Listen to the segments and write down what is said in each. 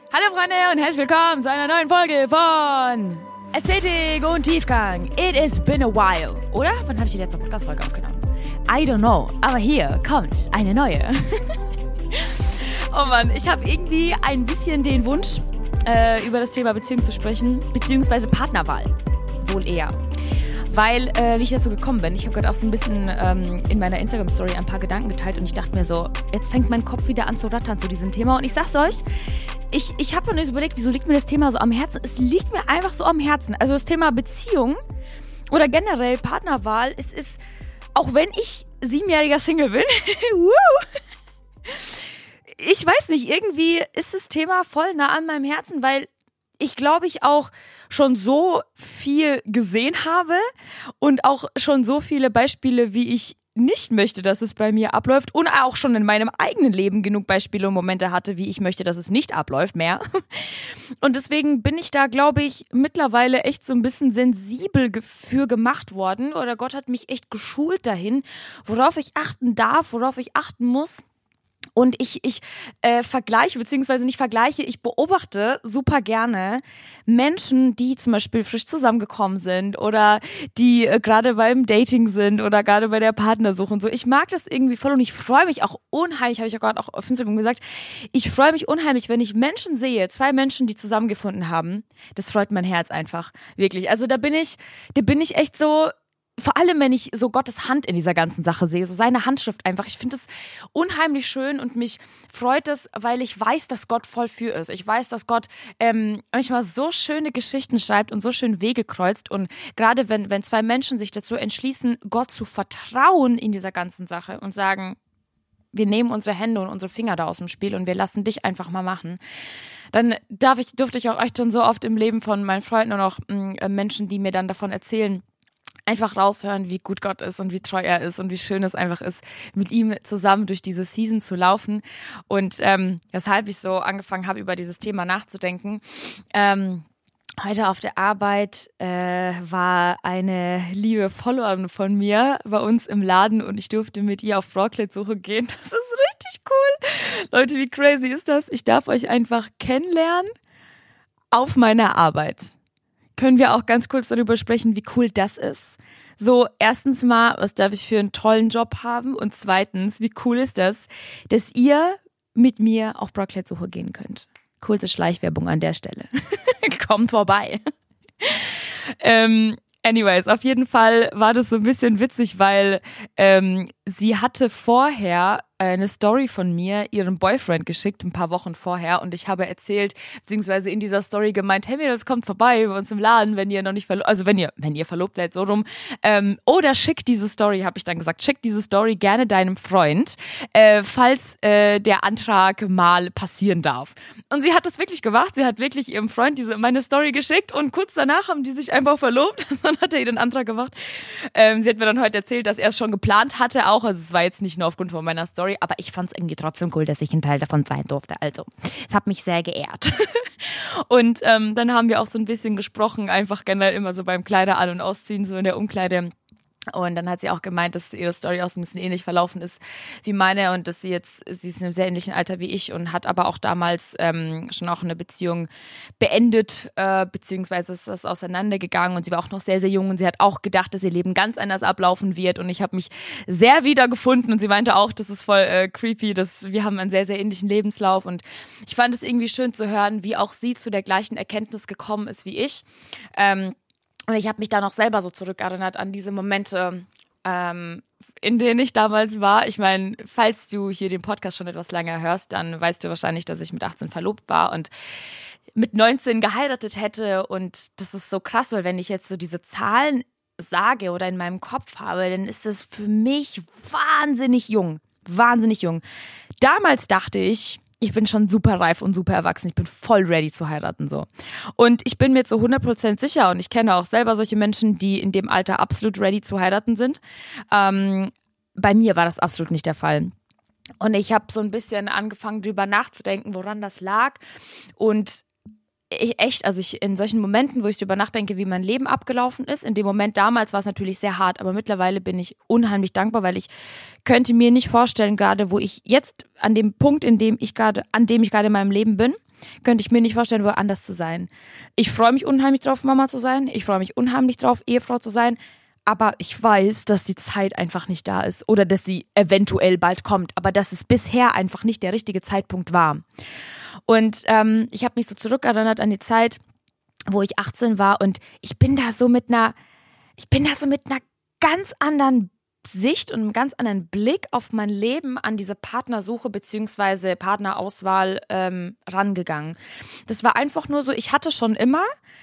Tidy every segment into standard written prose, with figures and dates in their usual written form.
Hallo Freunde und herzlich willkommen zu einer neuen Folge von Ästhetik und Tiefgang. It has been a while. Oder? Wann habe ich die letzte Podcast-Folge aufgenommen? I don't know. Aber hier kommt eine neue. Oh Mann, ich habe irgendwie ein bisschen den Wunsch, über das Thema Beziehung zu sprechen, beziehungsweise Partnerwahl. Wohl eher. Weil, wie ich dazu gekommen bin, ich habe gerade auch so ein bisschen in meiner Instagram-Story ein paar Gedanken geteilt und ich dachte mir so, jetzt fängt mein Kopf wieder an zu rattern zu diesem Thema und ich sag's euch, ich habe mir überlegt, wieso liegt mir das Thema so am Herzen? Es liegt mir einfach so am Herzen. Also das Thema Beziehung oder generell Partnerwahl, es ist, auch wenn ich 7-jähriger Single bin, ich weiß nicht, irgendwie ist das Thema voll nah an meinem Herzen, weil ich glaube, ich auch schon so viel gesehen habe und auch schon so viele Beispiele, wie ich nicht möchte, dass es bei mir abläuft und auch schon in meinem eigenen Leben genug Beispiele und Momente hatte, wie ich möchte, dass es nicht abläuft mehr. Und deswegen bin ich da, glaube ich, mittlerweile echt so ein bisschen sensibel für gemacht worden oder Gott hat mich echt geschult dahin, worauf ich achten darf, worauf ich achten muss. Und ich vergleiche, beziehungsweise nicht vergleiche, ich beobachte super gerne Menschen, die zum Beispiel frisch zusammengekommen sind oder die gerade beim Dating sind oder gerade bei der Partnersuche und so. Ich mag das irgendwie voll und ich freue mich auch unheimlich, habe ich ja gerade auch auf Instagram gesagt, ich freue mich unheimlich, wenn ich Menschen sehe, 2 Menschen, die zusammengefunden haben. Das freut mein Herz einfach, wirklich. Also da bin ich echt so... Vor allem, wenn ich so Gottes Hand in dieser ganzen Sache sehe, so seine Handschrift einfach. Ich finde es unheimlich schön und mich freut es, weil ich weiß, dass Gott voll für ist. Ich weiß, dass Gott manchmal so schöne Geschichten schreibt und so schön Wege kreuzt. Und gerade wenn 2 Menschen sich dazu entschließen, Gott zu vertrauen in dieser ganzen Sache und sagen, wir nehmen unsere Hände und unsere Finger da aus dem Spiel und wir lassen dich einfach mal machen, dann durfte ich auch echt schon so oft im Leben von meinen Freunden und auch Menschen, die mir dann davon erzählen, einfach raushören, wie gut Gott ist und wie treu er ist und wie schön es einfach ist, mit ihm zusammen durch diese Season zu laufen. Und weshalb ich so angefangen habe, über dieses Thema nachzudenken. Heute auf der Arbeit war eine liebe Followerin von mir bei uns im Laden und ich durfte mit ihr auf Brautkleidsuche gehen. Das ist richtig cool. Leute, wie crazy ist das? Ich darf euch einfach kennenlernen auf meiner Arbeit. Können wir auch ganz kurz darüber sprechen, wie cool das ist. So, erstens mal, was darf ich für einen tollen Job haben? Und zweitens, wie cool ist das, dass ihr mit mir auf Brautkleidsuche gehen könnt. Coolste Schleichwerbung an der Stelle. Kommt vorbei. Anyways, auf jeden Fall war das so ein bisschen witzig, weil sie hatte vorher eine Story von mir ihrem Boyfriend geschickt, ein paar Wochen vorher und ich habe erzählt, beziehungsweise in dieser Story gemeint, hey Mädels, kommt vorbei bei uns im Laden, wenn ihr noch nicht wenn ihr verlobt seid, so rum, oder schickt diese Story, habe ich dann gesagt, schick diese Story gerne deinem Freund, falls der Antrag mal passieren darf. Und sie hat das wirklich gemacht, sie hat wirklich ihrem Freund meine Story geschickt und kurz danach haben die sich einfach verlobt, dann hat er ihr den Antrag gemacht. Sie hat mir dann heute erzählt, dass er es schon geplant hatte auch, also es war jetzt nicht nur aufgrund von meiner Story, aber ich fand es irgendwie trotzdem cool, dass ich ein Teil davon sein durfte. Also, es hat mich sehr geehrt. Und dann haben wir auch so ein bisschen gesprochen, einfach generell immer so beim Kleider an- und ausziehen, so in der Umkleide. Und dann hat sie auch gemeint, dass ihre Story auch so ein bisschen ähnlich verlaufen ist wie meine und dass sie ist in einem sehr ähnlichen Alter wie ich und hat aber auch damals schon auch eine Beziehung beendet, beziehungsweise ist das auseinandergegangen und sie war auch noch sehr, sehr jung und sie hat auch gedacht, dass ihr Leben ganz anders ablaufen wird und ich habe mich sehr wiedergefunden und sie meinte auch, das ist voll creepy, dass wir haben einen sehr, sehr ähnlichen Lebenslauf und ich fand es irgendwie schön zu hören, wie auch sie zu der gleichen Erkenntnis gekommen ist wie ich. Und ich habe mich da noch selber so zurückerinnert an diese Momente, in denen ich damals war. Ich meine, falls du hier den Podcast schon etwas länger hörst, dann weißt du wahrscheinlich, dass ich mit 18 verlobt war und mit 19 geheiratet hätte. Und das ist so krass, weil wenn ich jetzt so diese Zahlen sage oder in meinem Kopf habe, dann ist das für mich wahnsinnig jung. Wahnsinnig jung. Damals dachte ich bin schon super reif und super erwachsen. Ich bin voll ready zu heiraten, so. Und ich bin mir zu 100% sicher und ich kenne auch selber solche Menschen, die in dem Alter absolut ready zu heiraten sind. Bei mir war das absolut nicht der Fall. Und ich habe so ein bisschen angefangen, drüber nachzudenken, woran das lag. Und in solchen Momenten, wo ich drüber nachdenke, wie mein Leben abgelaufen ist, in dem Moment damals war es natürlich sehr hart, aber mittlerweile bin ich unheimlich dankbar, weil ich könnte mir nicht vorstellen, gerade wo ich jetzt an dem Punkt, an dem ich gerade in meinem Leben bin, könnte ich mir nicht vorstellen, woanders zu sein. Ich freue mich unheimlich drauf, Mama zu sein. Ich freue mich unheimlich drauf, Ehefrau zu sein. Aber ich weiß, dass die Zeit einfach nicht da ist oder dass sie eventuell bald kommt, aber dass es bisher einfach nicht der richtige Zeitpunkt war. Und ich habe mich so zurückerinnert an die Zeit, wo ich 18 war und ich bin da so mit einer ganz anderen Sicht und einem ganz anderen Blick auf mein Leben an diese Partnersuche bzw. Partnerauswahl rangegangen. Das war einfach nur so, ich hatte schon immer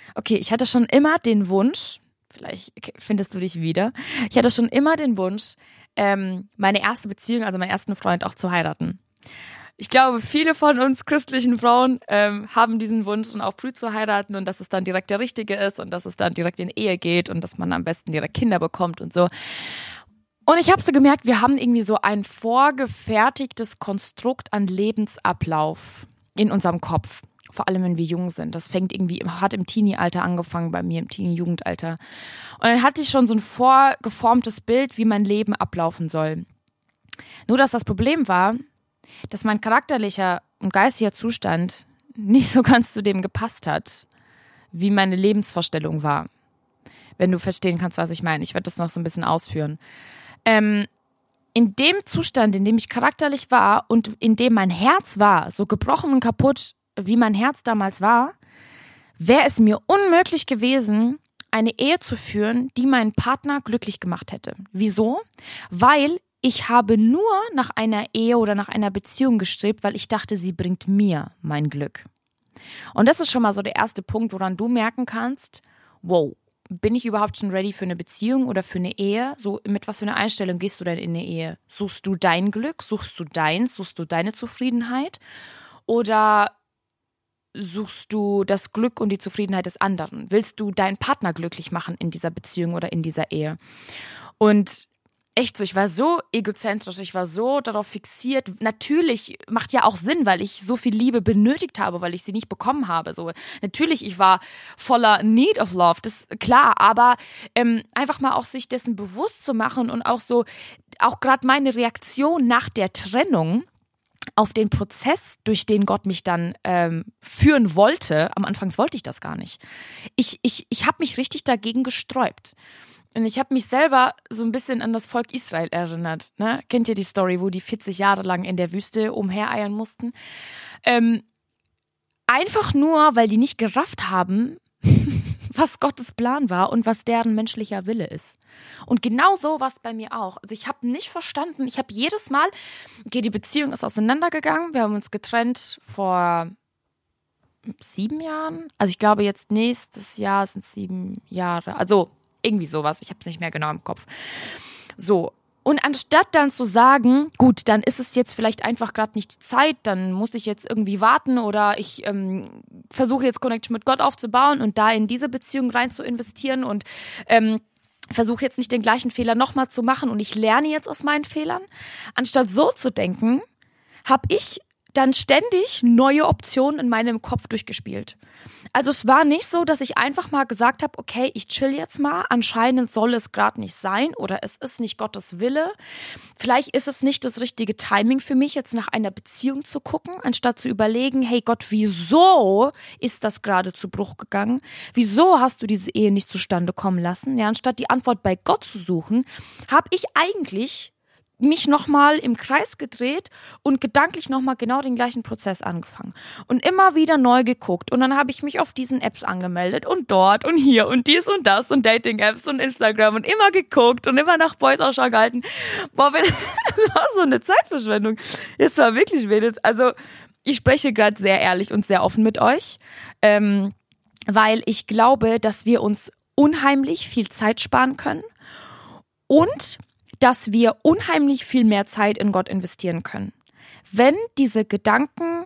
den Wunsch, vielleicht findest du dich wieder, ich hatte schon immer den Wunsch, meine erste Beziehung, also meinen ersten Freund auch zu heiraten. Ich glaube, viele von uns christlichen Frauen haben diesen Wunsch, und auch früh zu heiraten und dass es dann direkt der Richtige ist und dass es dann direkt in Ehe geht und dass man am besten direkt Kinder bekommt und so. Und ich habe so gemerkt, wir haben irgendwie so ein vorgefertigtes Konstrukt an Lebensablauf in unserem Kopf. Vor allem, wenn wir jung sind. Das hat im Teenie-Alter angefangen, bei mir im Teenie-Jugendalter. Und dann hatte ich schon so ein vorgeformtes Bild, wie mein Leben ablaufen soll. Nur, dass das Problem war, dass mein charakterlicher und geistiger Zustand nicht so ganz zu dem gepasst hat, wie meine Lebensvorstellung war. Wenn du verstehen kannst, was ich meine. Ich werde das noch so ein bisschen ausführen. In dem Zustand, in dem ich charakterlich war und in dem mein Herz war, so gebrochen und kaputt, wie mein Herz damals war, wäre es mir unmöglich gewesen, eine Ehe zu führen, die meinen Partner glücklich gemacht hätte. Wieso? Weil ich habe nur nach einer Ehe oder nach einer Beziehung gestrebt, weil ich dachte, sie bringt mir mein Glück. Und das ist schon mal so der erste Punkt, woran du merken kannst, wow, bin ich überhaupt schon ready für eine Beziehung oder für eine Ehe? So, mit was für einer Einstellung gehst du denn in eine Ehe? Suchst du dein Glück? Suchst du deine Zufriedenheit? Oder suchst du das Glück und die Zufriedenheit des anderen? Willst du deinen Partner glücklich machen in dieser Beziehung oder in dieser Ehe? Und echt so, ich war so egozentrisch, ich war so darauf fixiert. Natürlich macht ja auch Sinn, weil ich so viel Liebe benötigt habe, weil ich sie nicht bekommen habe. So, natürlich, ich war voller Need of Love, das ist klar, aber einfach mal auch sich dessen bewusst zu machen und auch so, auch gerade meine Reaktion nach der Trennung auf den Prozess, durch den Gott mich dann führen wollte. Am Anfang wollte ich das gar nicht. Ich habe mich richtig dagegen gesträubt. Und ich habe mich selber so ein bisschen an das Volk Israel erinnert. Ne? Kennt ihr die Story, wo die 40 Jahre lang in der Wüste umhereiern mussten? Einfach nur, weil die nicht gerafft haben, was Gottes Plan war und was deren menschlicher Wille ist. Und genau so war es bei mir auch. Also ich habe nicht verstanden, ich habe jedes Mal, okay, die Beziehung ist auseinandergegangen, wir haben uns getrennt vor 7 Jahren. Also ich glaube jetzt nächstes Jahr sind 7 Jahre, also irgendwie sowas, ich habe es nicht mehr genau im Kopf. So, und anstatt dann zu sagen, gut, dann ist es jetzt vielleicht einfach gerade nicht die Zeit, dann muss ich jetzt irgendwie warten oder ich versuche jetzt Connection mit Gott aufzubauen und da in diese Beziehung rein zu investieren und versuche jetzt nicht den gleichen Fehler nochmal zu machen und ich lerne jetzt aus meinen Fehlern. Anstatt so zu denken, habe ich dann ständig neue Optionen in meinem Kopf durchgespielt. Also es war nicht so, dass ich einfach mal gesagt habe, okay, ich chill jetzt mal, anscheinend soll es gerade nicht sein oder es ist nicht Gottes Wille. Vielleicht ist es nicht das richtige Timing für mich, jetzt nach einer Beziehung zu gucken, anstatt zu überlegen, hey Gott, wieso ist das gerade zu Bruch gegangen? Wieso hast du diese Ehe nicht zustande kommen lassen? Ja, anstatt die Antwort bei Gott zu suchen, habe ich eigentlich mich nochmal im Kreis gedreht und gedanklich nochmal genau den gleichen Prozess angefangen. Und immer wieder neu geguckt. Und dann habe ich mich auf diesen Apps angemeldet und dort und hier und dies und das und Dating-Apps und Instagram und immer geguckt und immer nach Boys Ausschau gehalten. Boah, das war so eine Zeitverschwendung. Jetzt war wirklich Mädels. Also ich spreche gerade sehr ehrlich und sehr offen mit euch, weil ich glaube, dass wir uns unheimlich viel Zeit sparen können und dass wir unheimlich viel mehr Zeit in Gott investieren können. Wenn diese Gedanken,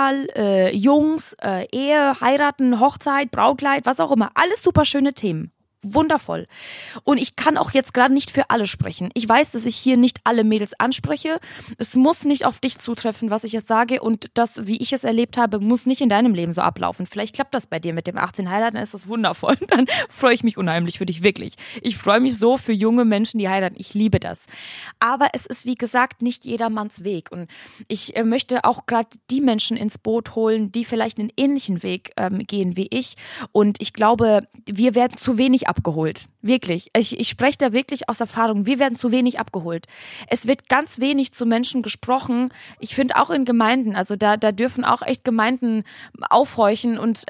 Partnerwahl, Jungs, Ehe, heiraten, Hochzeit, Brautkleid, was auch immer, alles super schöne Themen, wundervoll. Und ich kann auch jetzt gerade nicht für alle sprechen. Ich weiß, dass ich hier nicht alle Mädels anspreche. Es muss nicht auf dich zutreffen, was ich jetzt sage. Und das, wie ich es erlebt habe, muss nicht in deinem Leben so ablaufen. Vielleicht klappt das bei dir mit dem 18 heiraten, dann ist das wundervoll. Dann freue ich mich unheimlich für dich, wirklich. Ich freue mich so für junge Menschen, die heiraten. Ich liebe das. Aber es ist, wie gesagt, nicht jedermanns Weg. Und ich möchte auch gerade die Menschen ins Boot holen, die vielleicht einen ähnlichen Weg gehen wie ich. Und ich glaube, wir werden zu wenig abgeholt. Wirklich. Ich spreche da wirklich aus Erfahrung. Wir werden zu wenig abgeholt. Es wird ganz wenig zu Menschen gesprochen. Ich finde auch in Gemeinden, also da dürfen auch echt Gemeinden aufhorchen und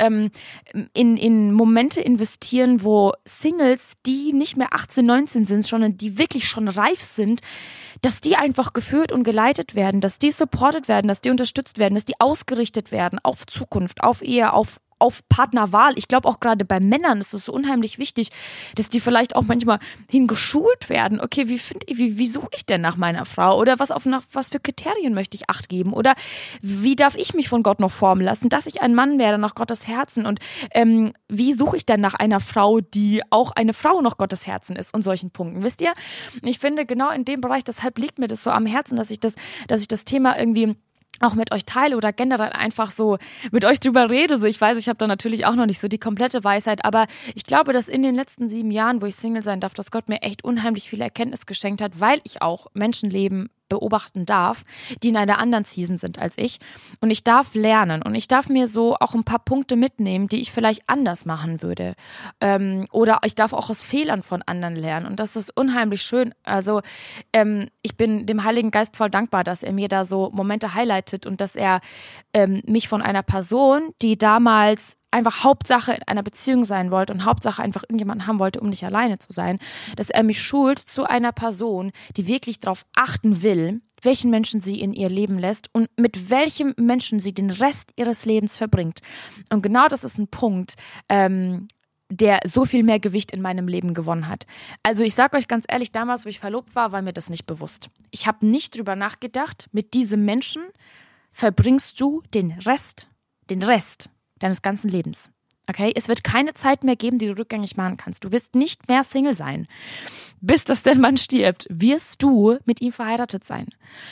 in Momente investieren, wo Singles, die nicht mehr 18, 19 sind, sondern die wirklich schon reif sind, dass die einfach geführt und geleitet werden, dass die supported werden, dass die unterstützt werden, dass die ausgerichtet werden auf Zukunft, auf Ehe, auf Partnerwahl. Ich glaube auch gerade bei Männern ist es so unheimlich wichtig, dass die vielleicht auch manchmal hingeschult werden. Okay, wie suche ich denn nach meiner Frau? Oder was für Kriterien möchte ich Acht geben? Oder wie darf ich mich von Gott noch formen lassen, dass ich ein Mann werde nach Gottes Herzen? Und wie suche ich denn nach einer Frau, die auch eine Frau nach Gottes Herzen ist und solchen Punkten? Wisst ihr? Ich finde genau in dem Bereich, deshalb liegt mir das so am Herzen, dass ich das Thema irgendwie auch mit euch teile oder generell einfach so mit euch drüber rede. So, ich weiß, ich habe da natürlich auch noch nicht so die komplette Weisheit, aber ich glaube, dass in den letzten 7 Jahren, wo ich Single sein darf, dass Gott mir echt unheimlich viel Erkenntnis geschenkt hat, weil ich auch Menschenleben beobachten darf, die in einer anderen Season sind als ich. Und ich darf lernen und ich darf mir so auch ein paar Punkte mitnehmen, die ich vielleicht anders machen würde. Oder ich darf auch aus Fehlern von anderen lernen. Und das ist unheimlich schön. Also ich bin dem Heiligen Geist voll dankbar, dass er mir da so Momente highlightet und dass er mich von einer Person, die damals einfach Hauptsache in einer Beziehung sein wollte und Hauptsache einfach irgendjemanden haben wollte, um nicht alleine zu sein, dass er mich schult zu einer Person, die wirklich darauf achten will, welchen Menschen sie in ihr Leben lässt und mit welchem Menschen sie den Rest ihres Lebens verbringt. Und genau das ist ein Punkt, der so viel mehr Gewicht in meinem Leben gewonnen hat. Also ich sage euch ganz ehrlich, damals, wo ich verlobt war mir das nicht bewusst. Ich habe nicht drüber nachgedacht, mit diesem Menschen verbringst du den Rest deines ganzen Lebens. Okay? Es wird keine Zeit mehr geben, die du rückgängig machen kannst. Du wirst nicht mehr Single sein. Bis das denn Mann stirbt, wirst du mit ihm verheiratet sein.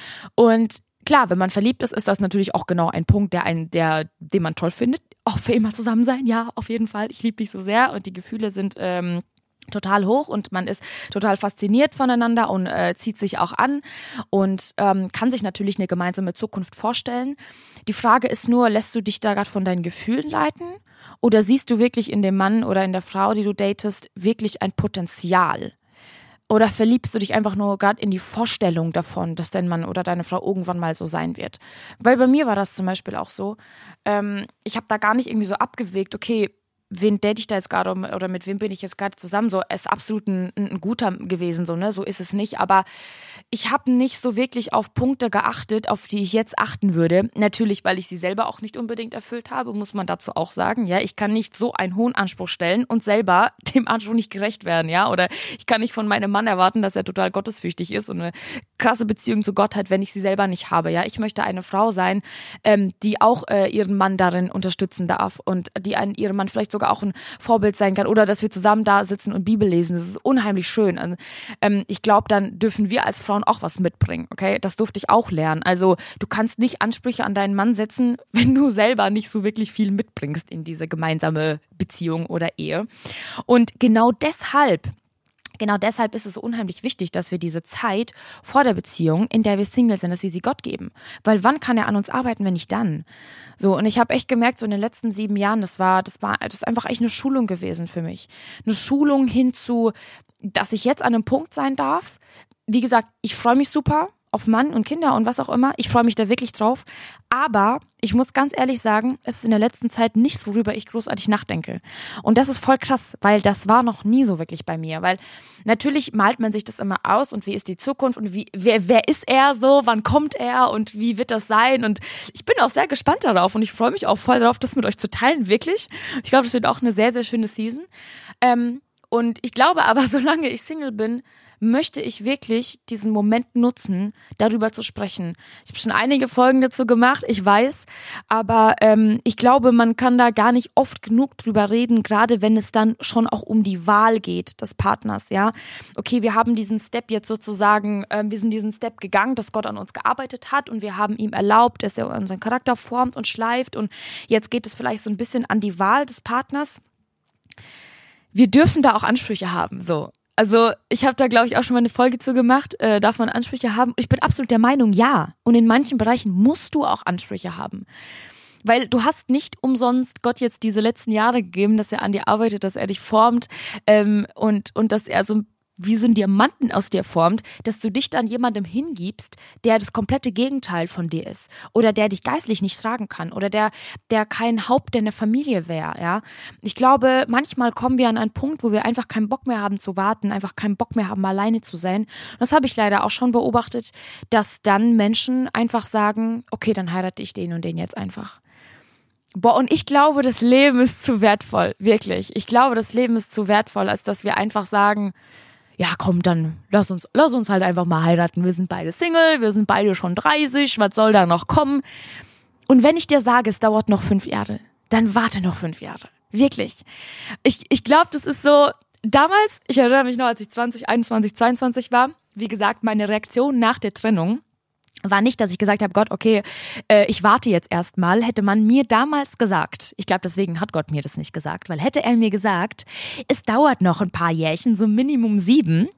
Und klar, wenn man verliebt ist, ist das natürlich auch genau ein Punkt, den man toll findet. Auch für immer zusammen sein, ja, auf jeden Fall. Ich liebe dich so sehr und die Gefühle sind total hoch und man ist total fasziniert voneinander und zieht sich auch an und kann sich natürlich eine gemeinsame Zukunft vorstellen. Die Frage ist nur, lässt du dich da gerade von deinen Gefühlen leiten oder siehst du wirklich in dem Mann oder in der Frau, die du datest, wirklich ein Potenzial? Oder verliebst du dich einfach nur gerade in die Vorstellung davon, dass dein Mann oder deine Frau irgendwann mal so sein wird? Weil bei mir war das zum Beispiel auch so. Ich habe da gar nicht irgendwie so abgewegt, okay, wen date ich da jetzt gerade oder mit wem bin ich jetzt gerade zusammen? So, er ist absolut ein guter gewesen, so, ne? So ist es nicht. Aber ich habe nicht so wirklich auf Punkte geachtet, auf die ich jetzt achten würde. Natürlich, weil ich sie selber auch nicht unbedingt erfüllt habe, muss man dazu auch sagen. Ja, ich kann nicht so einen hohen Anspruch stellen und selber dem Anspruch nicht gerecht werden, ja? Oder ich kann nicht von meinem Mann erwarten, dass er total gottesfürchtig ist und eine krasse Beziehung zu Gott hat, wenn ich sie selber nicht habe, ja? Ich möchte eine Frau sein, die auch ihren Mann darin unterstützen darf und die ihrem Mann vielleicht sogar auch ein Vorbild sein kann oder dass wir zusammen da sitzen und Bibel lesen. Das ist unheimlich schön. Also, ich glaube, dann dürfen wir als Frauen auch was mitbringen, okay? Das durfte ich auch lernen. Also du kannst nicht Ansprüche an deinen Mann setzen, wenn du selber nicht so wirklich viel mitbringst in diese gemeinsame Beziehung oder Ehe. Und genau deshalb ist es so unheimlich wichtig, dass wir diese Zeit vor der Beziehung, in der wir Single sind, dass wir sie Gott geben. Weil wann kann er an uns arbeiten, wenn nicht dann? So, und ich habe echt gemerkt, so in den letzten 7 Jahren, das ist einfach echt eine Schulung gewesen für mich. Eine Schulung hinzu, dass ich jetzt an einem Punkt sein darf. Wie gesagt, ich freue mich super auf Mann und Kinder und was auch immer. Ich freue mich da wirklich drauf. Aber ich muss ganz ehrlich sagen, es ist in der letzten Zeit nichts, worüber ich großartig nachdenke. Und das ist voll krass, weil das war noch nie so wirklich bei mir. Weil natürlich malt man sich das immer aus und wie ist die Zukunft und wer ist er so, wann kommt er und wie wird das sein? Und ich bin auch sehr gespannt darauf und ich freue mich auch voll darauf, das mit euch zu teilen, wirklich. Ich glaube, das wird auch eine sehr, sehr schöne Season. Und ich glaube aber, solange ich Single bin, möchte ich wirklich diesen Moment nutzen, darüber zu sprechen. Ich habe schon einige Folgen dazu gemacht, ich weiß, aber ich glaube, man kann da gar nicht oft genug drüber reden, gerade wenn es dann schon auch um die Wahl geht des Partners, ja. Okay, wir haben diesen Step jetzt sozusagen, wir sind diesen Step gegangen, dass Gott an uns gearbeitet hat und wir haben ihm erlaubt, dass er unseren Charakter formt und schleift und jetzt geht es vielleicht so ein bisschen an die Wahl des Partners. Wir dürfen da auch Ansprüche haben, so. Also ich habe da, glaube ich, auch schon mal eine Folge zu gemacht, darf man Ansprüche haben? Ich bin absolut der Meinung, ja. Und in manchen Bereichen musst du auch Ansprüche haben. Weil du hast nicht umsonst Gott jetzt diese letzten Jahre gegeben, dass er an dir arbeitet, dass er dich formt und dass er so wie so ein Diamanten aus dir formt, dass du dich dann jemandem hingibst, der das komplette Gegenteil von dir ist oder der dich geistlich nicht tragen kann oder der kein Haupt deiner Familie wäre, ja. Ich glaube, manchmal kommen wir an einen Punkt, wo wir einfach keinen Bock mehr haben zu warten, einfach keinen Bock mehr haben, alleine zu sein. Und das habe ich leider auch schon beobachtet, dass dann Menschen einfach sagen, okay, dann heirate ich den und den jetzt einfach. Boah, und ich glaube, das Leben ist zu wertvoll, wirklich. Ich glaube, das Leben ist zu wertvoll, als dass wir einfach sagen, ja komm, dann lass uns halt einfach mal heiraten. Wir sind beide Single, wir sind beide schon 30, was soll da noch kommen? Und wenn ich dir sage, es dauert noch 5 Jahre, dann warte noch 5 Jahre. Wirklich. Ich glaube, das ist so, damals, ich erinnere mich noch, als ich 20, 21, 22 war, wie gesagt, meine Reaktion nach der Trennung war nicht, dass ich gesagt habe, Gott, okay, ich warte jetzt erstmal, hätte man mir damals gesagt. Ich glaube, deswegen hat Gott mir das nicht gesagt, weil hätte er mir gesagt, es dauert noch ein paar Jährchen, so Minimum 7,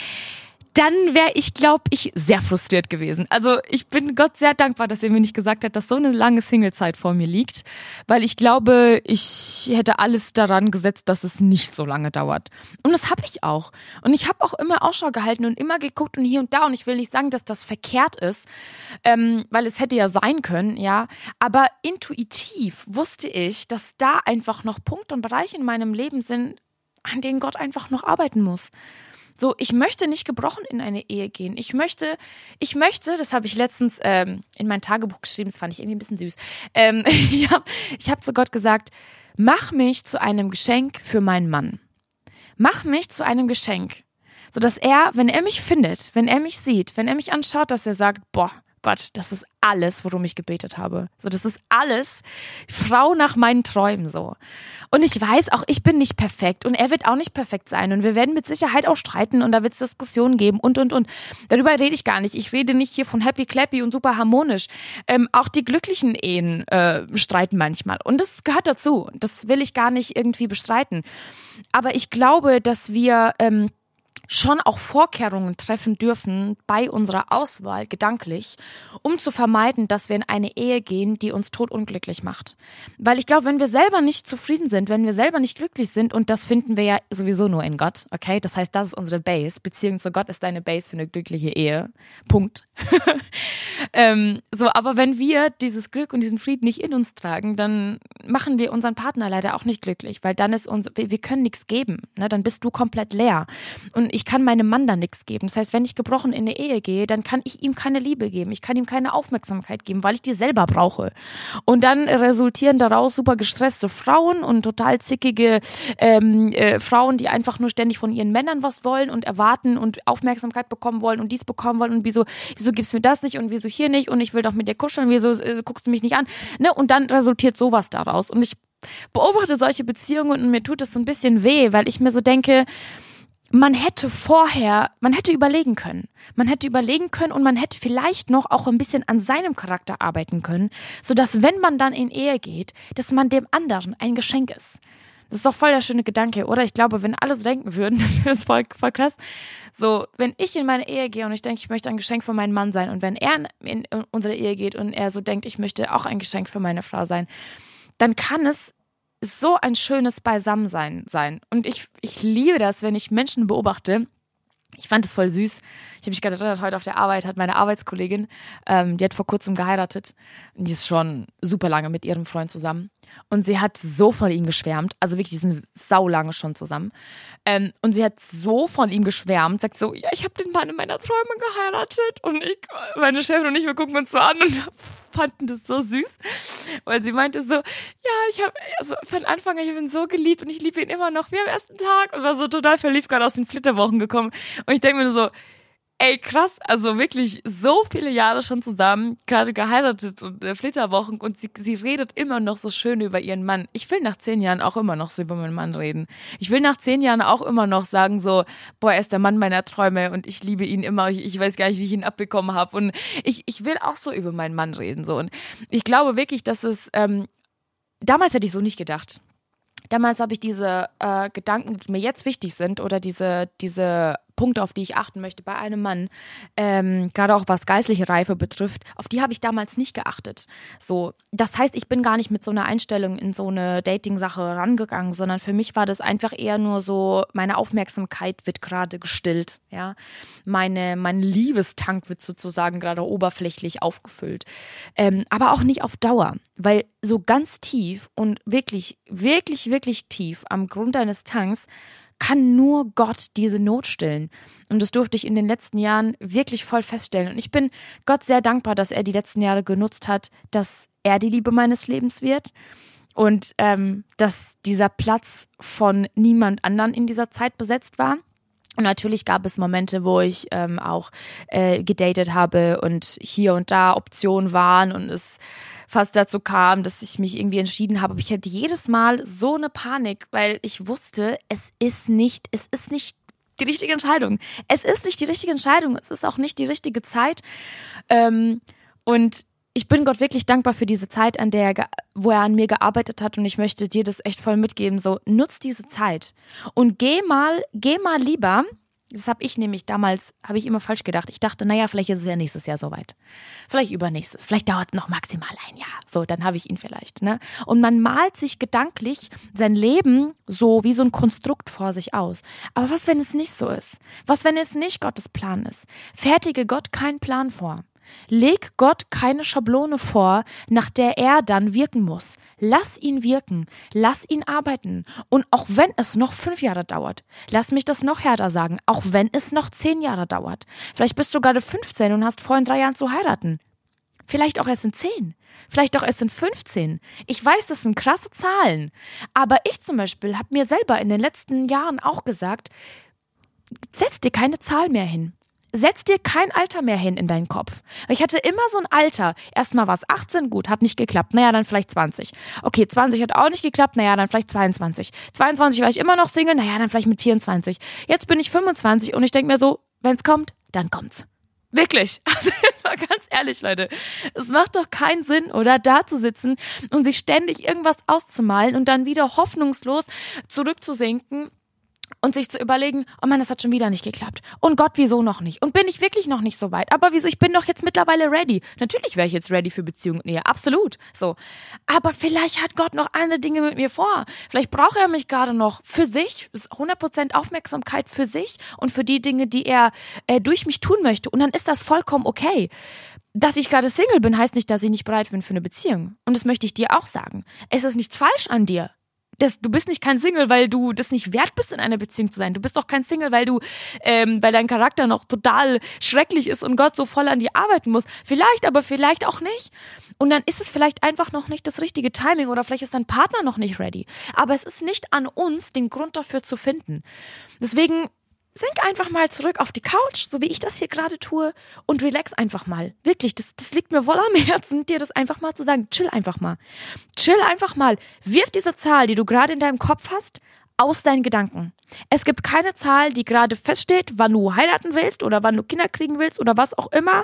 dann wäre ich, glaube ich, sehr frustriert gewesen. Also ich bin Gott sehr dankbar, dass er mir nicht gesagt hat, dass so eine lange Singlezeit vor mir liegt, weil ich glaube, ich hätte alles daran gesetzt, dass es nicht so lange dauert. Und das habe ich auch. Und ich habe auch immer Ausschau gehalten und immer geguckt und hier und da. Und ich will nicht sagen, dass das verkehrt ist, weil es hätte ja sein können, ja. Aber intuitiv wusste ich, dass da einfach noch Punkte und Bereiche in meinem Leben sind, an denen Gott einfach noch arbeiten muss. So, ich möchte nicht gebrochen in eine Ehe gehen. Ich möchte, das habe ich letztens in mein Tagebuch geschrieben, das fand ich irgendwie ein bisschen süß. Ich hab zu Gott gesagt, mach mich zu einem Geschenk für meinen Mann. Mach mich zu einem Geschenk. Sodass er, wenn er mich findet, wenn er mich sieht, wenn er mich anschaut, dass er sagt, boah, Gott, das ist alles, worum ich gebetet habe. So, das ist alles Frau nach meinen Träumen so. Und ich weiß auch, ich bin nicht perfekt und er wird auch nicht perfekt sein und wir werden mit Sicherheit auch streiten und da wird es Diskussionen geben und. Darüber rede ich gar nicht. Ich rede nicht hier von happy clappy und super harmonisch. Auch die glücklichen Ehen streiten manchmal und das gehört dazu. Das will ich gar nicht irgendwie bestreiten. Aber ich glaube, dass wir schon auch Vorkehrungen treffen dürfen bei unserer Auswahl gedanklich, um zu vermeiden, dass wir in eine Ehe gehen, die uns totunglücklich macht. Weil ich glaube, wenn wir selber nicht zufrieden sind, wenn wir selber nicht glücklich sind, und das finden wir ja sowieso nur in Gott, okay? Das heißt, das ist unsere Base. Beziehung zu Gott ist deine Base für eine glückliche Ehe. Punkt. Aber wenn wir dieses Glück und diesen Frieden nicht in uns tragen, dann machen wir unseren Partner leider auch nicht glücklich, weil dann ist wir können nichts geben, ne? Dann bist du komplett leer. Und ich kann meinem Mann da nichts geben. Das heißt, wenn ich gebrochen in eine Ehe gehe, dann kann ich ihm keine Liebe geben. Ich kann ihm keine Aufmerksamkeit geben, weil ich die selber brauche. Und dann resultieren daraus super gestresste Frauen und total zickige Frauen, die einfach nur ständig von ihren Männern was wollen und erwarten und Aufmerksamkeit bekommen wollen und dies bekommen wollen und wieso gibst du mir das nicht und wieso hier nicht und ich will doch mit dir kuscheln, wieso guckst du mich nicht an? Ne? Und dann resultiert sowas daraus. Und ich beobachte solche Beziehungen und mir tut es so ein bisschen weh, weil ich mir so denke, man hätte überlegen können. Man hätte überlegen können und man hätte vielleicht noch auch ein bisschen an seinem Charakter arbeiten können, sodass, wenn man dann in Ehe geht, dass man dem anderen ein Geschenk ist. Das ist doch voll der schöne Gedanke, oder? Ich glaube, wenn alle so denken würden, dann wäre es voll krass. So, wenn ich in meine Ehe gehe und ich denke, ich möchte ein Geschenk für meinen Mann sein und wenn er in unsere Ehe geht und er so denkt, ich möchte auch ein Geschenk für meine Frau sein, dann kann es so ein schönes Beisammensein sein. Und ich liebe das, wenn ich Menschen beobachte. Ich fand es voll süß. Ich habe mich gerade erinnert, heute auf der Arbeit hat meine Arbeitskollegin, die hat vor kurzem geheiratet. Und die ist schon super lange mit ihrem Freund zusammen. Und sie hat so von ihm geschwärmt. Also wirklich, die sind saulange schon zusammen. Und sie hat so von ihm geschwärmt. Sagt so, ja, ich habe den Mann in meiner Träume geheiratet. Und meine Chefin und ich, wir gucken uns so an und fanden das so süß. weil sie meinte so, ja, ich habe also von Anfang an, ich bin so geliebt und ich liebe ihn immer noch wie am ersten Tag und war so total verliebt, gerade aus den Flitterwochen gekommen und ich denke mir so, ey, krass, also wirklich so viele Jahre schon zusammen, gerade geheiratet und Flitterwochen und sie redet immer noch so schön über ihren Mann. Ich will nach 10 Jahren auch immer noch so über meinen Mann reden. Ich will nach 10 Jahren auch immer noch sagen so, boah, er ist der Mann meiner Träume und ich liebe ihn immer, ich weiß gar nicht, wie ich ihn abbekommen habe und ich will auch so über meinen Mann reden so und ich glaube wirklich, dass es, damals hätte ich so nicht gedacht. Damals habe ich diese Gedanken, die mir jetzt wichtig sind oder diese Punkte, auf die ich achten möchte bei einem Mann, gerade auch was geistliche Reife betrifft, auf die habe ich damals nicht geachtet. So, das heißt, ich bin gar nicht mit so einer Einstellung in so eine Dating-Sache rangegangen, sondern für mich war das einfach eher nur so, meine Aufmerksamkeit wird gerade gestillt, ja. Mein Liebestank wird sozusagen gerade oberflächlich aufgefüllt. Aber auch nicht auf Dauer, weil so ganz tief und wirklich, wirklich, wirklich tief am Grund deines Tanks kann nur Gott diese Not stillen. Und das durfte ich in den letzten Jahren wirklich voll feststellen. Und ich bin Gott sehr dankbar, dass er die letzten Jahre genutzt hat, dass er die Liebe meines Lebens wird und dass dieser Platz von niemand anderen in dieser Zeit besetzt war. Und natürlich gab es Momente, wo ich auch gedatet habe und hier und da Optionen waren und es fast dazu kam, dass ich mich irgendwie entschieden habe. Aber ich hatte jedes Mal so eine Panik, weil ich wusste, es ist nicht die richtige Entscheidung. Es ist nicht die richtige Entscheidung. Es ist auch nicht die richtige Zeit. Und ich bin Gott wirklich dankbar für diese Zeit, wo er an mir gearbeitet hat und ich möchte dir das echt voll mitgeben. So, nutz diese Zeit und geh mal lieber. Das habe ich nämlich damals, habe ich immer falsch gedacht. Ich dachte, naja, vielleicht ist es ja nächstes Jahr soweit. Vielleicht übernächstes. Vielleicht dauert es noch maximal ein Jahr. So, dann habe ich ihn vielleicht, ne? Und man malt sich gedanklich sein Leben so wie so ein Konstrukt vor sich aus. Aber was, wenn es nicht so ist? Was, wenn es nicht Gottes Plan ist? Fertige Gott keinen Plan vor. Leg Gott keine Schablone vor, nach der er dann wirken muss. Lass ihn wirken, lass ihn arbeiten. Und auch wenn es noch 5 Jahre dauert, lass mich das noch härter sagen, auch wenn es noch 10 Jahre dauert. Vielleicht bist du gerade 15 und hast vor, in 3 Jahren zu heiraten. Vielleicht auch erst in 10, vielleicht auch erst in 15. Ich weiß, das sind krasse Zahlen. Aber ich zum Beispiel habe mir selber in den letzten Jahren auch gesagt, setz dir keine Zahl mehr hin. Setz dir kein Alter mehr hin in deinen Kopf. Ich hatte immer so ein Alter. Erstmal war es 18, gut, hat nicht geklappt. Naja, dann vielleicht 20. Okay, 20 hat auch nicht geklappt. Naja, dann vielleicht 22. 22 war ich immer noch Single. Naja, dann vielleicht mit 24. Jetzt bin ich 25 und ich denke mir so, wenn's kommt, dann kommt's. Wirklich. Also jetzt mal ganz ehrlich, Leute. Es macht doch keinen Sinn, oder, da zu sitzen und sich ständig irgendwas auszumalen und dann wieder hoffnungslos zurückzusinken und sich zu überlegen, oh Mann, das hat schon wieder nicht geklappt. Und Gott, wieso noch nicht? Und bin ich wirklich noch nicht so weit? Aber wieso? Ich bin doch jetzt mittlerweile ready. Natürlich wäre ich jetzt ready für Beziehung und Ehe, absolut. So. Aber vielleicht hat Gott noch andere Dinge mit mir vor. Vielleicht braucht er mich gerade noch für sich, 100% Aufmerksamkeit für sich und für die Dinge, die er durch mich tun möchte. Und dann ist das vollkommen okay. Dass ich gerade Single bin, heißt nicht, dass ich nicht bereit bin für eine Beziehung. Und das möchte ich dir auch sagen. Es ist nichts falsch an dir. Du bist nicht kein Single, weil du das nicht wert bist, in einer Beziehung zu sein. Du bist doch kein Single, weil dein Charakter noch total schrecklich ist und Gott so voll an dir arbeiten muss. Vielleicht, aber vielleicht auch nicht. Und dann ist es vielleicht einfach noch nicht das richtige Timing oder vielleicht ist dein Partner noch nicht ready. Aber es ist nicht an uns, den Grund dafür zu finden. Deswegen sink einfach mal zurück auf die Couch, so wie ich das hier gerade tue, und relax einfach mal. Wirklich, das liegt mir voll am Herzen, dir das einfach mal zu sagen. Chill einfach mal. Chill einfach mal. Wirf diese Zahl, die du gerade in deinem Kopf hast, aus deinen Gedanken. Es gibt keine Zahl, die gerade feststeht, wann du heiraten willst oder wann du Kinder kriegen willst oder was auch immer.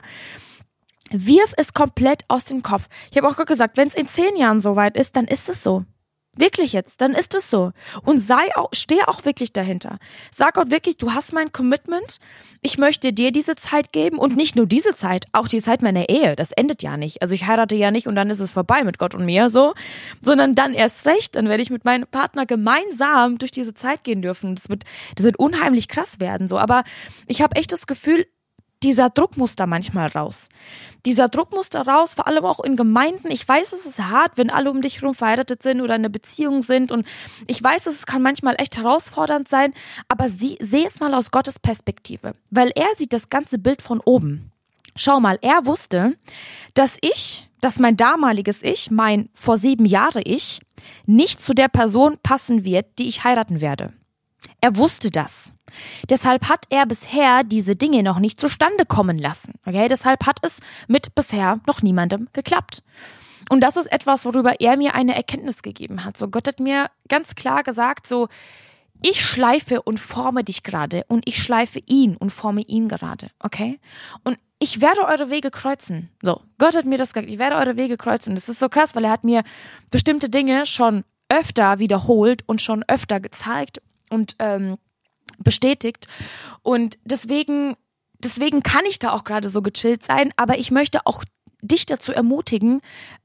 Wirf es komplett aus dem Kopf. Ich habe auch gerade gesagt, wenn es in 10 Jahren soweit ist, dann ist es so. Wirklich jetzt, dann ist es so. Und steh auch wirklich dahinter. Sag auch wirklich, du hast mein Commitment, ich möchte dir diese Zeit geben und nicht nur diese Zeit, auch die Zeit meiner Ehe, das endet ja nicht. Also ich heirate ja nicht und dann ist es vorbei mit Gott und mir, so, sondern dann erst recht, dann werde ich mit meinem Partner gemeinsam durch diese Zeit gehen dürfen. Das wird unheimlich krass werden, so. Aber ich habe echt das Gefühl, dieser Druck muss da manchmal raus. Dieser Druck muss da raus, vor allem auch in Gemeinden. Ich weiß, es ist hart, wenn alle um dich herum verheiratet sind oder in einer Beziehung sind. Und ich weiß, es kann manchmal echt herausfordernd sein. Aber sehe es mal aus Gottes Perspektive. Weil er sieht das ganze Bild von oben. Schau mal, er wusste, dass mein damaliges Ich, mein vor 7 Jahre Ich, nicht zu der Person passen wird, die ich heiraten werde. Er wusste das. Deshalb hat er bisher diese Dinge noch nicht zustande kommen lassen. Okay? Deshalb hat es mit bisher noch niemandem geklappt. Und das ist etwas, worüber er mir eine Erkenntnis gegeben hat. So, Gott hat mir ganz klar gesagt, so, ich schleife und forme dich gerade und ich schleife ihn und forme ihn gerade, okay? Und ich werde eure Wege kreuzen. So, Gott hat mir das gesagt, ich werde eure Wege kreuzen. Das ist so krass, weil er hat mir bestimmte Dinge schon öfter wiederholt und schon öfter gezeigt und bestätigt. Und deswegen kann ich da auch gerade so gechillt sein, aber ich möchte auch dich dazu ermutigen,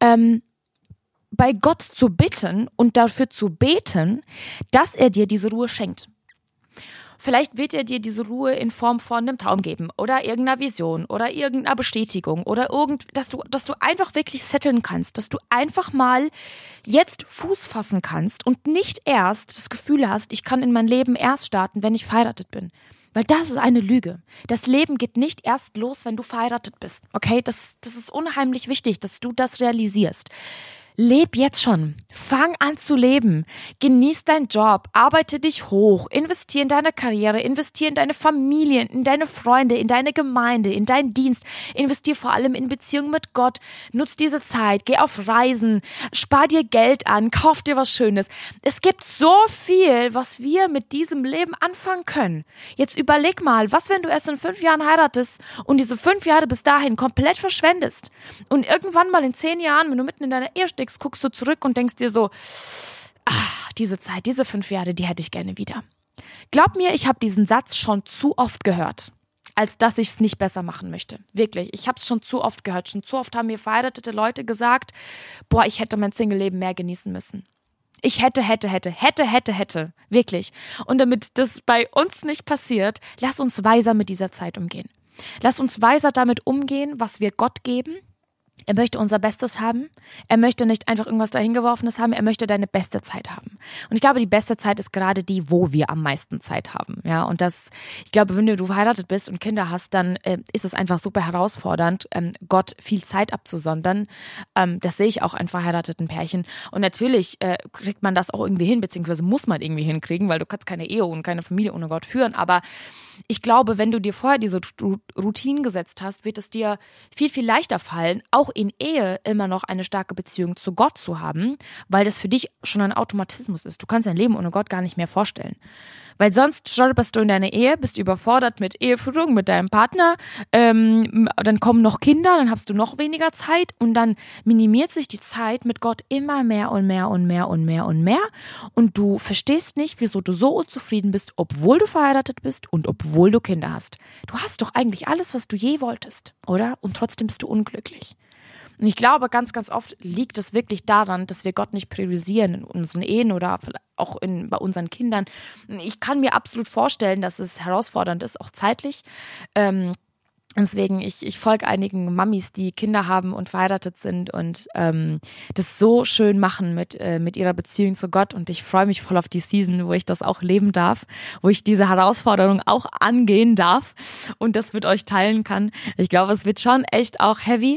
bei Gott zu bitten und dafür zu beten, dass er dir diese Ruhe schenkt. Vielleicht wird er dir diese Ruhe in Form von einem Traum geben oder irgendeiner Vision oder irgendeiner Bestätigung oder dass du einfach wirklich setteln kannst, dass du einfach mal jetzt Fuß fassen kannst und nicht erst das Gefühl hast, ich kann in mein Leben erst starten, wenn ich verheiratet bin. Weil das ist eine Lüge. Das Leben geht nicht erst los, wenn du verheiratet bist. Okay, das ist unheimlich wichtig, dass du das realisierst. Leb jetzt schon. Fang an zu leben. Genieß deinen Job. Arbeite dich hoch. Investier in deine Karriere. Investier in deine Familie, in deine Freunde, in deine Gemeinde, in deinen Dienst. Investier vor allem in Beziehung mit Gott. Nutz diese Zeit. Geh auf Reisen. Spar dir Geld an. Kauf dir was Schönes. Es gibt so viel, was wir mit diesem Leben anfangen können. Jetzt überleg mal, was, wenn du erst in 5 Jahren heiratest und diese 5 Jahre bis dahin komplett verschwendest und irgendwann mal in 10 Jahren, wenn du mitten in deiner Ehe steckst, guckst du zurück und denkst dir so, diese Zeit, diese 5 Jahre, die hätte ich gerne wieder. Glaub mir, ich habe diesen Satz schon zu oft gehört, als dass ich es nicht besser machen möchte. Wirklich, ich habe es schon zu oft gehört. Schon zu oft haben mir verheiratete Leute gesagt, boah, ich hätte mein Single-Leben mehr genießen müssen. Ich hätte. Wirklich. Und damit das bei uns nicht passiert, lass uns weiser mit dieser Zeit umgehen. Lass uns weiser damit umgehen, was wir Gott geben. Er möchte unser Bestes haben. Er möchte nicht einfach irgendwas dahingeworfenes haben. Er möchte deine beste Zeit haben. Und ich glaube, die beste Zeit ist gerade die, wo wir am meisten Zeit haben. Ja, und ich glaube, wenn du verheiratet bist und Kinder hast, dann ist es einfach super herausfordernd, Gott viel Zeit abzusondern. Das sehe ich auch an verheirateten Pärchen. Und natürlich kriegt man das auch irgendwie hin, beziehungsweise muss man irgendwie hinkriegen, weil du kannst keine Ehe und keine Familie ohne Gott führen. Aber ich glaube, wenn du dir vorher diese Routinen gesetzt hast, wird es dir viel, viel leichter fallen, auch in Ehe immer noch eine starke Beziehung zu Gott zu haben, weil das für dich schon ein Automatismus ist. Du kannst dein Leben ohne Gott gar nicht mehr vorstellen. Weil sonst stolperst du in deine Ehe, bist überfordert mit Eheführung, mit deinem Partner, dann kommen noch Kinder, dann hast du noch weniger Zeit und dann minimiert sich die Zeit mit Gott immer mehr und mehr und mehr und mehr und mehr und du verstehst nicht, wieso du so unzufrieden bist, obwohl du verheiratet bist und obwohl du Kinder hast. Du hast doch eigentlich alles, was du je wolltest, oder? Und trotzdem bist du unglücklich. Und ich glaube, ganz, ganz oft liegt es wirklich daran, dass wir Gott nicht priorisieren in unseren Ehen oder auch bei unseren Kindern. Ich kann mir absolut vorstellen, dass es herausfordernd ist, auch zeitlich. Deswegen, ich folge einigen Mamis, die Kinder haben und verheiratet sind und das so schön machen mit ihrer Beziehung zu Gott. Und ich freue mich voll auf die Season, wo ich das auch leben darf, wo ich diese Herausforderung auch angehen darf und das mit euch teilen kann. Ich glaube, es wird schon echt auch heavy.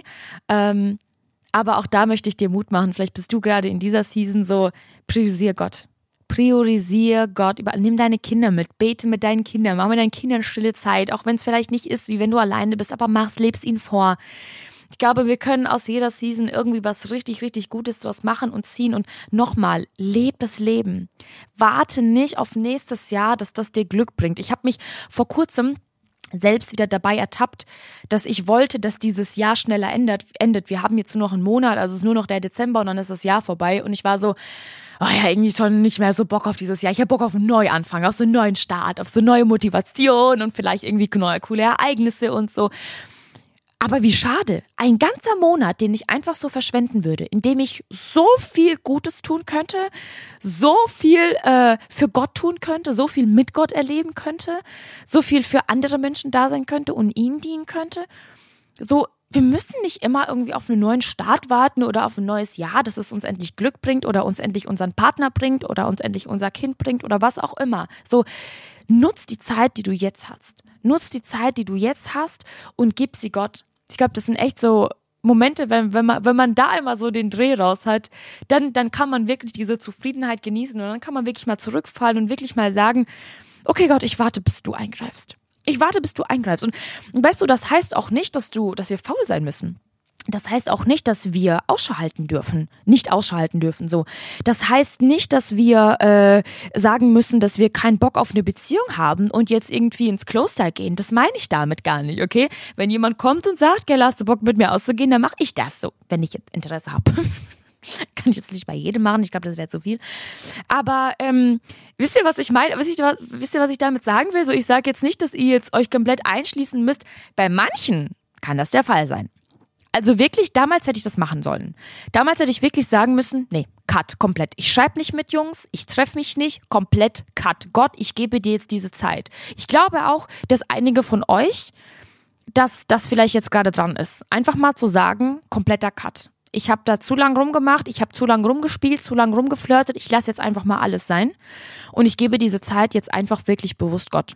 Aber auch da möchte ich dir Mut machen. Vielleicht bist du gerade in dieser Season so, priorisier Gott. Priorisier Gott, nimm deine Kinder mit, bete mit deinen Kindern, mach mit deinen Kindern stille Zeit, auch wenn es vielleicht nicht ist, wie wenn du alleine bist, aber leb's ihnen vor. Ich glaube, wir können aus jeder Season irgendwie was richtig, richtig Gutes draus machen und ziehen und nochmal, leb das Leben. Warte nicht auf nächstes Jahr, dass das dir Glück bringt. Ich habe mich vor kurzem selbst wieder dabei ertappt, dass ich wollte, dass dieses Jahr schneller endet. Wir haben jetzt nur noch einen Monat, also es ist nur noch der Dezember und dann ist das Jahr vorbei und ich war so, oh ja, irgendwie schon nicht mehr so Bock auf dieses Jahr. Ich habe Bock auf einen Neuanfang, auf so einen neuen Start, auf so neue Motivation und vielleicht irgendwie neue coole Ereignisse und so. Aber wie schade, ein ganzer Monat, den ich einfach so verschwenden würde, in dem ich so viel Gutes tun könnte, so viel für Gott tun könnte, so viel mit Gott erleben könnte, so viel für andere Menschen da sein könnte und ihm dienen könnte. So, wir müssen nicht immer irgendwie auf einen neuen Start warten oder auf ein neues Jahr, dass es uns endlich Glück bringt oder uns endlich unseren Partner bringt oder uns endlich unser Kind bringt oder was auch immer. So, nutz die Zeit, die du jetzt hast. Nutz die Zeit, die du jetzt hast und gib sie Gott. Ich glaube, das sind echt so Momente, wenn man da einmal so den Dreh raus hat, dann kann man wirklich diese Zufriedenheit genießen und dann kann man wirklich mal zurückfallen und wirklich mal sagen, okay Gott, ich warte, bis du eingreifst. Ich warte, bis du eingreifst. Und weißt du, das heißt auch nicht, dass wir faul sein müssen. Das heißt auch nicht, dass wir nicht ausschalten dürfen, so. Das heißt nicht, dass wir sagen müssen, dass wir keinen Bock auf eine Beziehung haben und jetzt irgendwie ins Kloster gehen. Das meine ich damit gar nicht, okay? Wenn jemand kommt und sagt, gell, hast du Bock mit mir auszugehen, dann mache ich das so, wenn ich jetzt Interesse habe. Kann ich jetzt nicht bei jedem machen, ich glaube, das wäre zu viel. Aber wisst ihr, was ich meine? Wisst ihr, was ich damit sagen will? So, ich sage jetzt nicht, dass ihr jetzt euch komplett einschließen müsst. Bei manchen kann das der Fall sein. Also wirklich, damals hätte ich das machen sollen. Damals hätte ich wirklich sagen müssen, nee, cut, komplett. Ich schreibe nicht mit Jungs, ich treffe mich nicht, komplett cut. Gott, ich gebe dir jetzt diese Zeit. Ich glaube auch, dass einige von euch, dass das vielleicht jetzt gerade dran ist. Einfach mal zu sagen, kompletter Cut. Ich habe da zu lang rumgemacht, ich habe zu lang rumgespielt, zu lang rumgeflirtet, ich lasse jetzt einfach mal alles sein. Und ich gebe diese Zeit jetzt einfach wirklich bewusst Gott.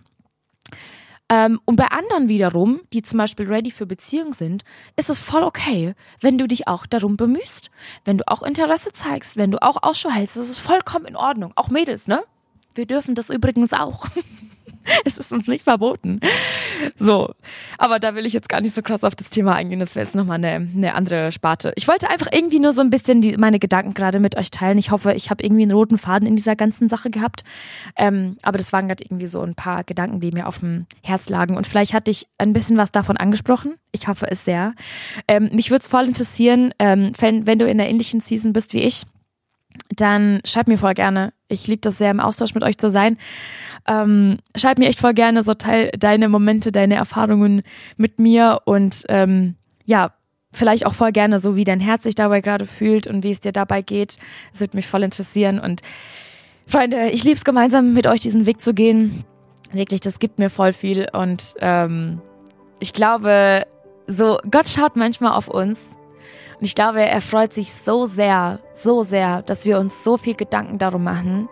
Und bei anderen wiederum, die zum Beispiel ready für Beziehung sind, ist es voll okay, wenn du dich auch darum bemühst. Wenn du auch Interesse zeigst, wenn du auch Ausschau hältst, das ist vollkommen in Ordnung. Auch Mädels, ne? Wir dürfen das übrigens auch. Es ist uns nicht verboten. So, aber da will ich jetzt gar nicht so krass auf das Thema eingehen. Das wäre jetzt nochmal eine andere Sparte. Ich wollte einfach irgendwie nur so ein bisschen meine Gedanken gerade mit euch teilen. Ich hoffe, ich habe irgendwie einen roten Faden in dieser ganzen Sache gehabt. Aber das waren gerade irgendwie so ein paar Gedanken, die mir auf dem Herz lagen. Und vielleicht hatte ich ein bisschen was davon angesprochen. Ich hoffe es sehr. Mich würde es voll interessieren, wenn du in einer ähnlichen Season bist wie ich, dann schreib mir voll gerne. Ich liebe das sehr, im Austausch mit euch zu sein. Schreib mir echt voll gerne so deine Momente, deine Erfahrungen mit mir und ja, vielleicht auch voll gerne so, wie dein Herz sich dabei gerade fühlt und wie es dir dabei geht. Das würde mich voll interessieren. Und Freunde, ich liebe es, gemeinsam mit euch diesen Weg zu gehen. Wirklich, das gibt mir voll viel. Und ich glaube, so Gott schaut manchmal auf uns. Und ich glaube, er freut sich so sehr, dass wir uns so viel Gedanken darum machen,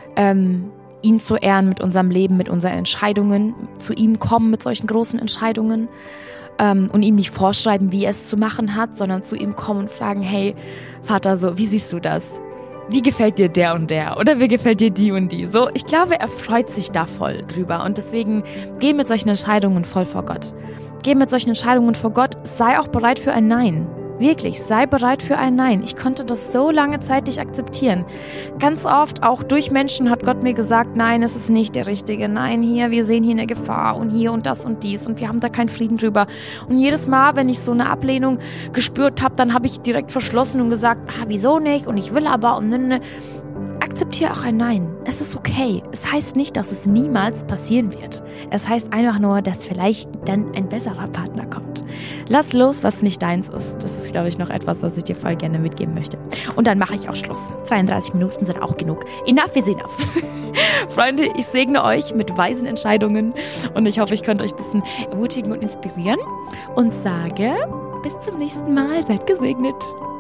ihn zu ehren mit unserem Leben, mit unseren Entscheidungen, zu ihm kommen mit solchen großen Entscheidungen und ihm nicht vorschreiben, wie er es zu machen hat, sondern zu ihm kommen und fragen, hey, Vater, so, wie siehst du das? Wie gefällt dir der und der? Oder wie gefällt dir die und die? So, ich glaube, er freut sich da voll drüber und deswegen geh mit solchen Entscheidungen voll vor Gott. Geh mit solchen Entscheidungen vor Gott, sei auch bereit für ein Nein. Wirklich, sei bereit für ein Nein. Ich konnte das so lange Zeit nicht akzeptieren. Ganz oft, auch durch Menschen, hat Gott mir gesagt, nein, es ist nicht der Richtige. Nein, wir sehen hier eine Gefahr und hier und das und dies und wir haben da keinen Frieden drüber. Und jedes Mal, wenn ich so eine Ablehnung gespürt habe, dann habe ich direkt verschlossen und gesagt, wieso nicht und ich will aber und ne. Akzeptiere auch ein Nein. Es ist okay. Es heißt nicht, dass es niemals passieren wird. Es heißt einfach nur, dass vielleicht dann ein besserer Partner kommt. Lass los, was nicht deins ist. Das ist, glaube ich, noch etwas, was ich dir voll gerne mitgeben möchte. Und dann mache ich auch Schluss. 32 Minuten sind auch genug. Enough is enough. Freunde, ich segne euch mit weisen Entscheidungen und ich hoffe, ich konnte euch ein bisschen ermutigen und inspirieren und sage, bis zum nächsten Mal. Seid gesegnet.